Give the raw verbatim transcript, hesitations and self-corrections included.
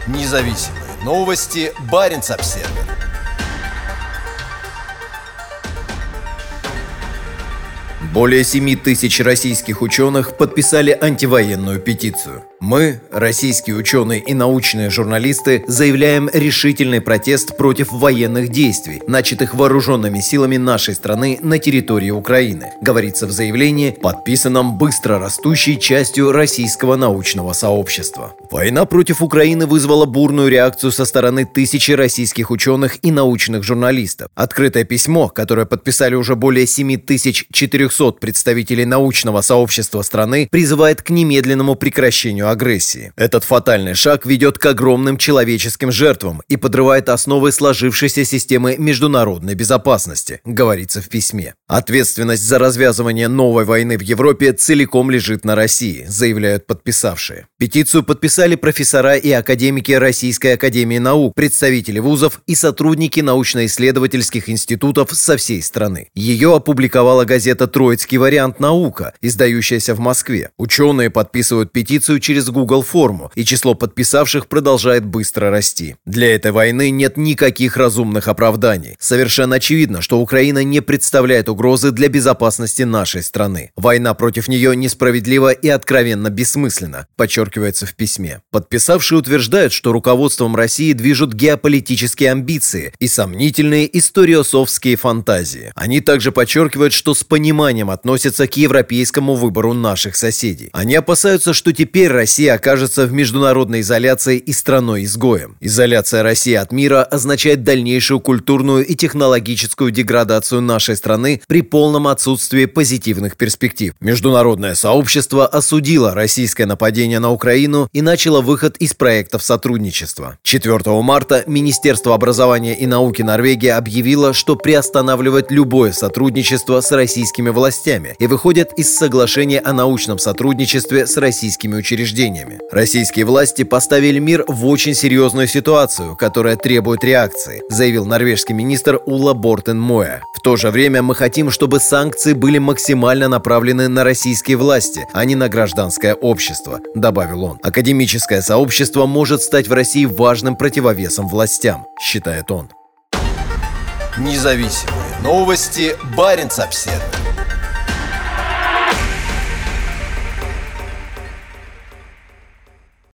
Независимые новости. Баренц-Обсервер. Более семи тысяч российских ученых подписали антивоенную петицию. Мы, российские ученые и научные журналисты, заявляем решительный протест против военных действий, начатых вооруженными силами нашей страны на территории Украины, говорится в заявлении, подписанном быстро растущей частью российского научного сообщества. Война против Украины вызвала бурную реакцию со стороны тысячи российских ученых и научных журналистов. Открытое письмо, которое подписали уже более семи тысяч четырехсот представителей научного сообщества страны, призывает к немедленному прекращению агрессии. Этот фатальный шаг ведет к огромным человеческим жертвам и подрывает основы сложившейся системы международной безопасности, говорится в письме. Ответственность за развязывание новой войны в Европе целиком лежит на России, заявляют подписавшие. Петицию подписали профессора и академики Российской академии наук, представители вузов и сотрудники научно-исследовательских институтов со всей страны. Ее опубликовала газета «Троицкий вариант. Наука», издающаяся в Москве. Ученые подписывают петицию через Google форму, и число подписавших продолжает быстро расти. Для этой войны нет никаких разумных оправданий. Совершенно очевидно, что Украина не представляет угрозы для безопасности нашей страны. Война против нее несправедлива и откровенно бессмысленна, подчеркивается в письме. Подписавшие утверждают, что руководством России движут геополитические амбиции и сомнительные историософские фантазии. Они также подчеркивают, что с пониманием относятся к европейскому выбору наших соседей. Они опасаются, что теперь Россия окажется в международной изоляции и страной-изгоем. Изоляция России от мира означает дальнейшую культурную и технологическую деградацию нашей страны при полном отсутствии позитивных перспектив. Международное сообщество осудило российское нападение на Украину и начало выход из проектов сотрудничества. четвёртого марта Министерство образования и науки Норвегии объявило, что приостанавливает любое сотрудничество с российскими властями и выходит из соглашения о научном сотрудничестве с российскими учреждениями. Российские власти поставили мир в очень серьезную ситуацию, которая требует реакции, заявил норвежский министр Ула Бортен Моэ. В то же время мы хотим, чтобы санкции были максимально направлены на российские власти, а не на гражданское общество, добавил он. Академическое сообщество может стать в России важным противовесом властям, считает он. Независимые новости. Баренц-Обсервер.